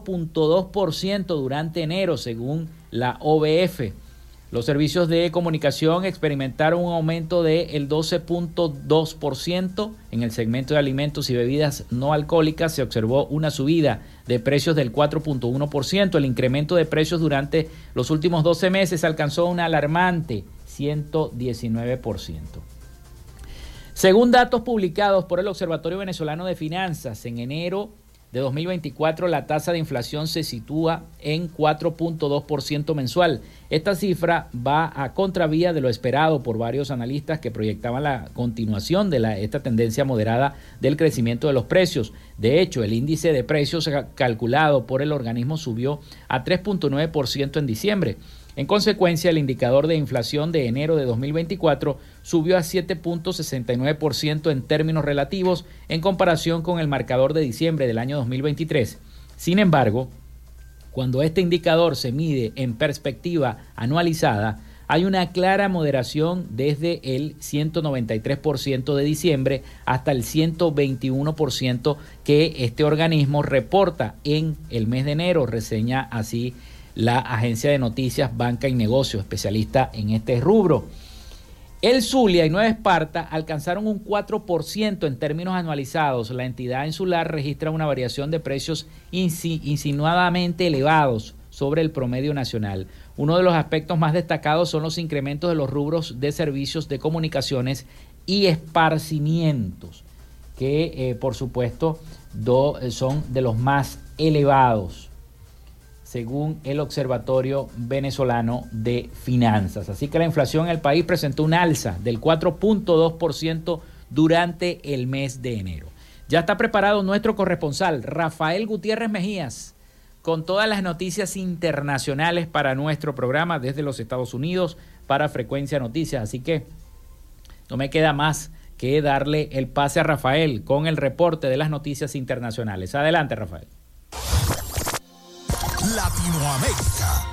4.2% durante enero, según la OBF. Los servicios de comunicación experimentaron un aumento del 12.2%. En el segmento de alimentos y bebidas no alcohólicas se observó una subida de precios del 4.1%. El incremento de precios durante los últimos 12 meses alcanzó una alarmante 119%. Según datos publicados por el Observatorio Venezolano de Finanzas, en enero de 2024 la tasa de inflación se sitúa en 4.2% mensual. Esta cifra va a contravía de lo esperado por varios analistas que proyectaban la continuación de esta tendencia moderada del crecimiento de los precios. De hecho, el índice de precios calculado por el organismo subió a 3.9% en diciembre. En consecuencia, el indicador de inflación de enero de 2024 subió a 7.69% en términos relativos en comparación con el marcador de diciembre del año 2023. Sin embargo, cuando este indicador se mide en perspectiva anualizada, hay una clara moderación desde el 193% de diciembre hasta el 121% que este organismo reporta en el mes de enero, reseña así la agencia de noticias Banca y Negocios, especialista en este rubro. El Zulia y Nueva Esparta alcanzaron un 4% en términos anualizados. La entidad insular registra una variación de precios insinuadamente elevados sobre el promedio nacional. Uno de los aspectos más destacados son los incrementos de los rubros de servicios de comunicaciones y esparcimientos, que por supuesto son de los más elevados, según el Observatorio Venezolano de Finanzas. Así que la inflación en el país presentó un alza del 4.2% durante el mes de enero. Ya está preparado nuestro corresponsal, Rafael Gutiérrez Mejías, con todas las noticias internacionales para nuestro programa desde los Estados Unidos para Frecuencia Noticias. Así que no me queda más que darle el pase a Rafael con el reporte de las noticias internacionales. Adelante, Rafael. Latinoamérica.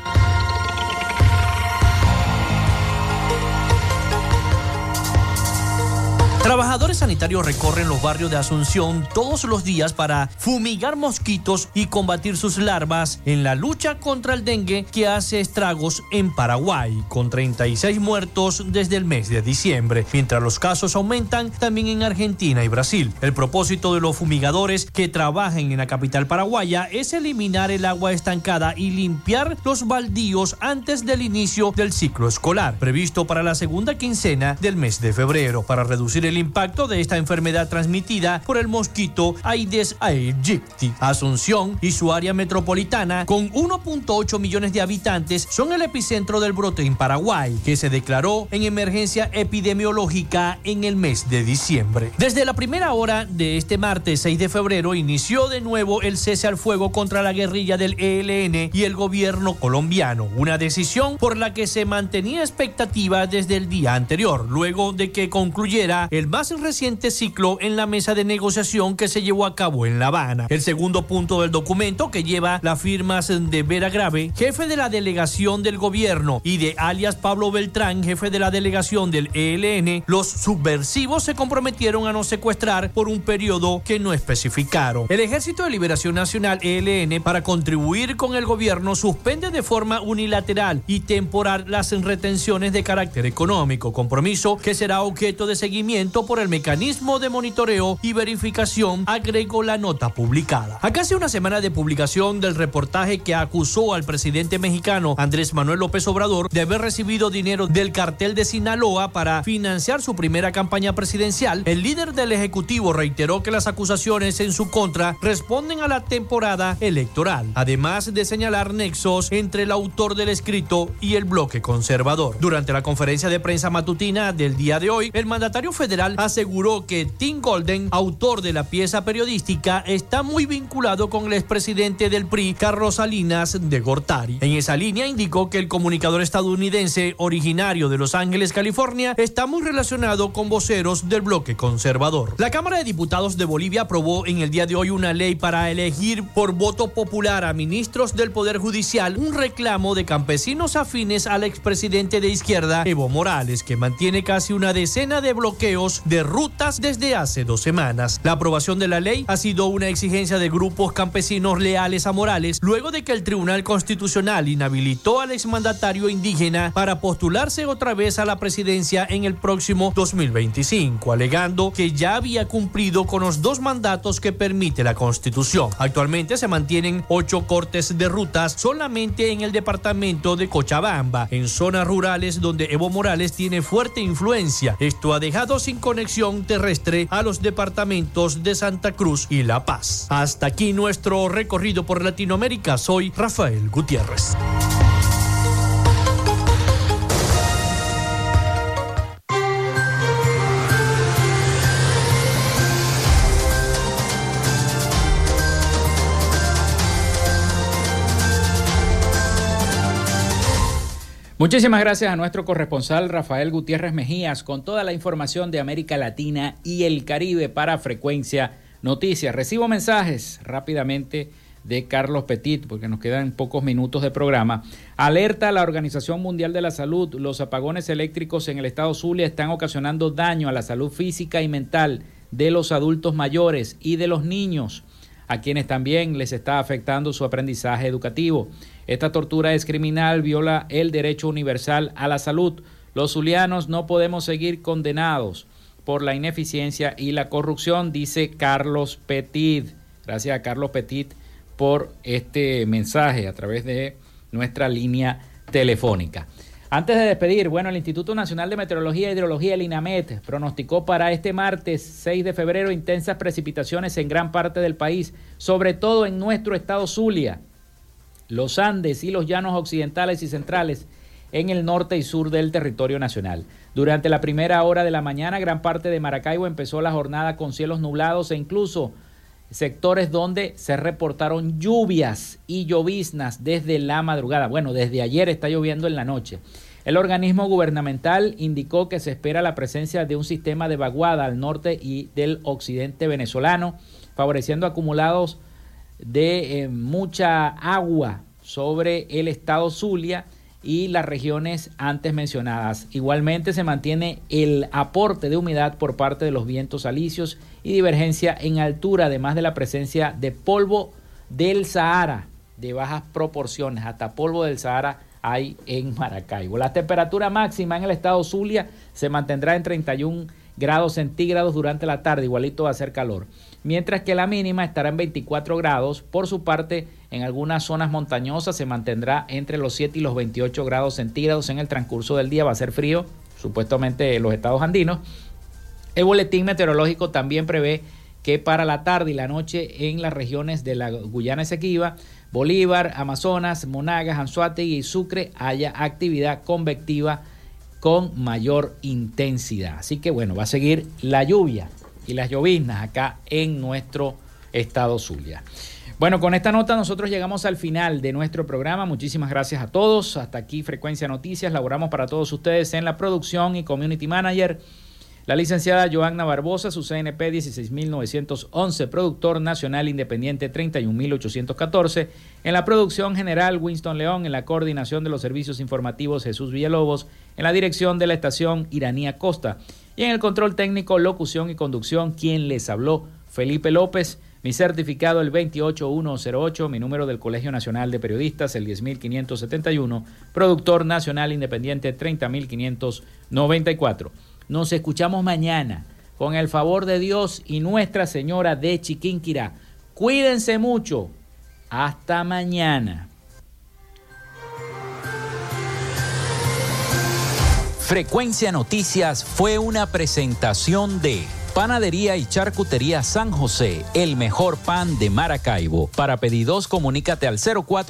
Trabajadores sanitarios recorren los barrios de Asunción todos los días para fumigar mosquitos y combatir sus larvas en la lucha contra el dengue que hace estragos en Paraguay, con 36 muertos desde el mes de diciembre, mientras los casos aumentan también en Argentina y Brasil. El propósito de los fumigadores que trabajan en la capital paraguaya es eliminar el agua estancada y limpiar los baldíos antes del inicio del ciclo escolar, previsto para la segunda quincena del mes de febrero, para reducir el impacto de esta enfermedad transmitida por el mosquito Aedes aegypti. Asunción y su área metropolitana, con 1.8 millones de habitantes, son el epicentro del brote en Paraguay, que se declaró en emergencia epidemiológica en el mes de diciembre. Desde la primera hora de este martes 6 de febrero inició de nuevo el cese al fuego contra la guerrilla del ELN y el gobierno colombiano, una decisión por la que se mantenía expectativa desde el día anterior, luego de que concluyera el más reciente ciclo en la mesa de negociación que se llevó a cabo en La Habana. El segundo punto del documento, que lleva las firmas de Vera Grave, jefe de la delegación del gobierno, y de alias Pablo Beltrán, jefe de la delegación del ELN, los subversivos se comprometieron a no secuestrar por un periodo que no especificaron. El Ejército de Liberación Nacional, ELN, para contribuir con el gobierno, suspende de forma unilateral y temporal las retenciones de carácter económico, compromiso que será objeto de seguimiento por el mecanismo de monitoreo y verificación, agregó la nota publicada. A casi una semana de publicación del reportaje que acusó al presidente mexicano Andrés Manuel López Obrador de haber recibido dinero del cartel de Sinaloa para financiar su primera campaña presidencial, el líder del Ejecutivo reiteró que las acusaciones en su contra responden a la temporada electoral, además de señalar nexos entre el autor del escrito y el bloque conservador. Durante la conferencia de prensa matutina del día de hoy, el mandatario federal aseguró que Tim Golden, autor de la pieza periodística, está muy vinculado con el expresidente del PRI, Carlos Salinas de Gortari. En esa línea indicó que el comunicador estadounidense originario de Los Ángeles, California, está muy relacionado con voceros del bloque conservador. La Cámara de Diputados de Bolivia aprobó en el día de hoy una ley para elegir por voto popular a ministros del Poder Judicial, un reclamo de campesinos afines al expresidente de izquierda, Evo Morales, que mantiene casi una decena de bloqueos de rutas desde hace 2 semanas. La aprobación de la ley ha sido una exigencia de grupos campesinos leales a Morales, luego de que el Tribunal Constitucional inhabilitó al exmandatario indígena para postularse otra vez a la presidencia en el próximo 2025, alegando que ya había cumplido con los 2 mandatos que permite la Constitución. Actualmente se mantienen 8 cortes de rutas solamente en el departamento de Cochabamba, en zonas rurales donde Evo Morales tiene fuerte influencia. Esto ha dejado sin conexión terrestre a los departamentos de Santa Cruz y La Paz. Hasta aquí nuestro recorrido por Latinoamérica. Soy Rafael Gutiérrez. Muchísimas gracias a nuestro corresponsal Rafael Gutiérrez Mejías con toda la información de América Latina y el Caribe para Frecuencia Noticias. Recibo mensajes rápidamente de Carlos Petit, porque nos quedan pocos minutos de programa. Alerta a la Organización Mundial de la Salud: los apagones eléctricos en el estado Zulia están ocasionando daño a la salud física y mental de los adultos mayores y de los niños, a quienes también les está afectando su aprendizaje educativo. Esta tortura es criminal, viola el derecho universal a la salud. Los zulianos no podemos seguir condenados por la ineficiencia y la corrupción, dice Carlos Petit. Gracias a Carlos Petit por este mensaje a través de nuestra línea telefónica. Antes de despedir, el Instituto Nacional de Meteorología e Hidrología, el INAMET, pronosticó para este martes 6 de febrero intensas precipitaciones en gran parte del país, sobre todo en nuestro estado Zulia, los Andes y los llanos occidentales y centrales en el norte y sur del territorio nacional. Durante la primera hora de la mañana, gran parte de Maracaibo empezó la jornada con cielos nublados e incluso sectores donde se reportaron lluvias y lloviznas desde la madrugada. Desde ayer está lloviendo en la noche. El organismo gubernamental indicó que se espera la presencia de un sistema de vaguada al norte y del occidente venezolano, favoreciendo acumulados de mucha agua sobre el estado Zulia y las regiones antes mencionadas. Igualmente se mantiene el aporte de humedad por parte de los vientos alisios y divergencia en altura, además de la presencia de polvo del Sahara de bajas proporciones. Hasta polvo del Sahara hay en Maracaibo. La temperatura máxima en el estado Zulia se mantendrá en 31 grados centígrados durante la tarde, igualito va a hacer calor. Mientras que la mínima estará en 24 grados. Por su parte, en algunas zonas montañosas se mantendrá entre los 7 y los 28 grados centígrados en el transcurso del día. Va a ser frío, supuestamente en los estados andinos. El boletín meteorológico también prevé que para la tarde y la noche en las regiones de la Guyana Esequiba, Bolívar, Amazonas, Monagas, Anzoátegui y Sucre haya actividad convectiva con mayor intensidad. Así que bueno, va a seguir la lluvia y las lloviznas acá en nuestro estado Zulia. Bueno, con esta nota nosotros llegamos al final de nuestro programa. Muchísimas gracias a todos. Hasta aquí Frecuencia Noticias. Laboramos para todos ustedes en la producción y Community Manager, la licenciada Joanna Barbosa, su CNP 16911, productor nacional independiente 31814. En la producción general Winston León, en la coordinación de los servicios informativos Jesús Villalobos, en la dirección de la estación Iranía Costa y en el control técnico, locución y conducción, quien les habló, Felipe López. Mi certificado el 28108, mi número del Colegio Nacional de Periodistas el 10571, productor nacional independiente 30594. Nos escuchamos mañana, con el favor de Dios y Nuestra Señora de Chiquinquirá. Cuídense mucho. Hasta mañana. Frecuencia Noticias fue una presentación de Panadería y Charcutería San José, el mejor pan de Maracaibo. Para pedidos, comunícate al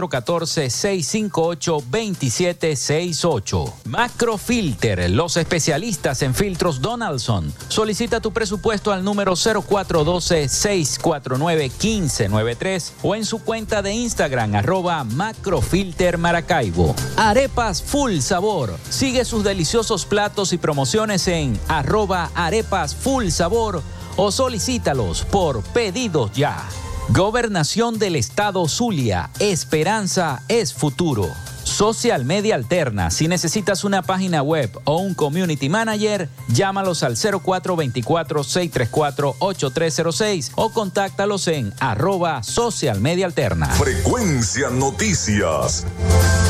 0414-658-2768. Macrofilter, los especialistas en filtros Donaldson. Solicita tu presupuesto al número 0412-649-1593 o en su cuenta de Instagram, @Macrofiltermaracaibo. Arepas Full Sabor. Sigue sus deliciosos platos y promociones en @Arepas Full Sabor o solicítalos por pedidos ya. Gobernación del Estado Zulia. Esperanza es futuro. Social Media Alterna. Si necesitas una página web o un community manager, llámalos al 0424-634-8306 o contáctalos en @Social Media Alterna. Frecuencia Noticias.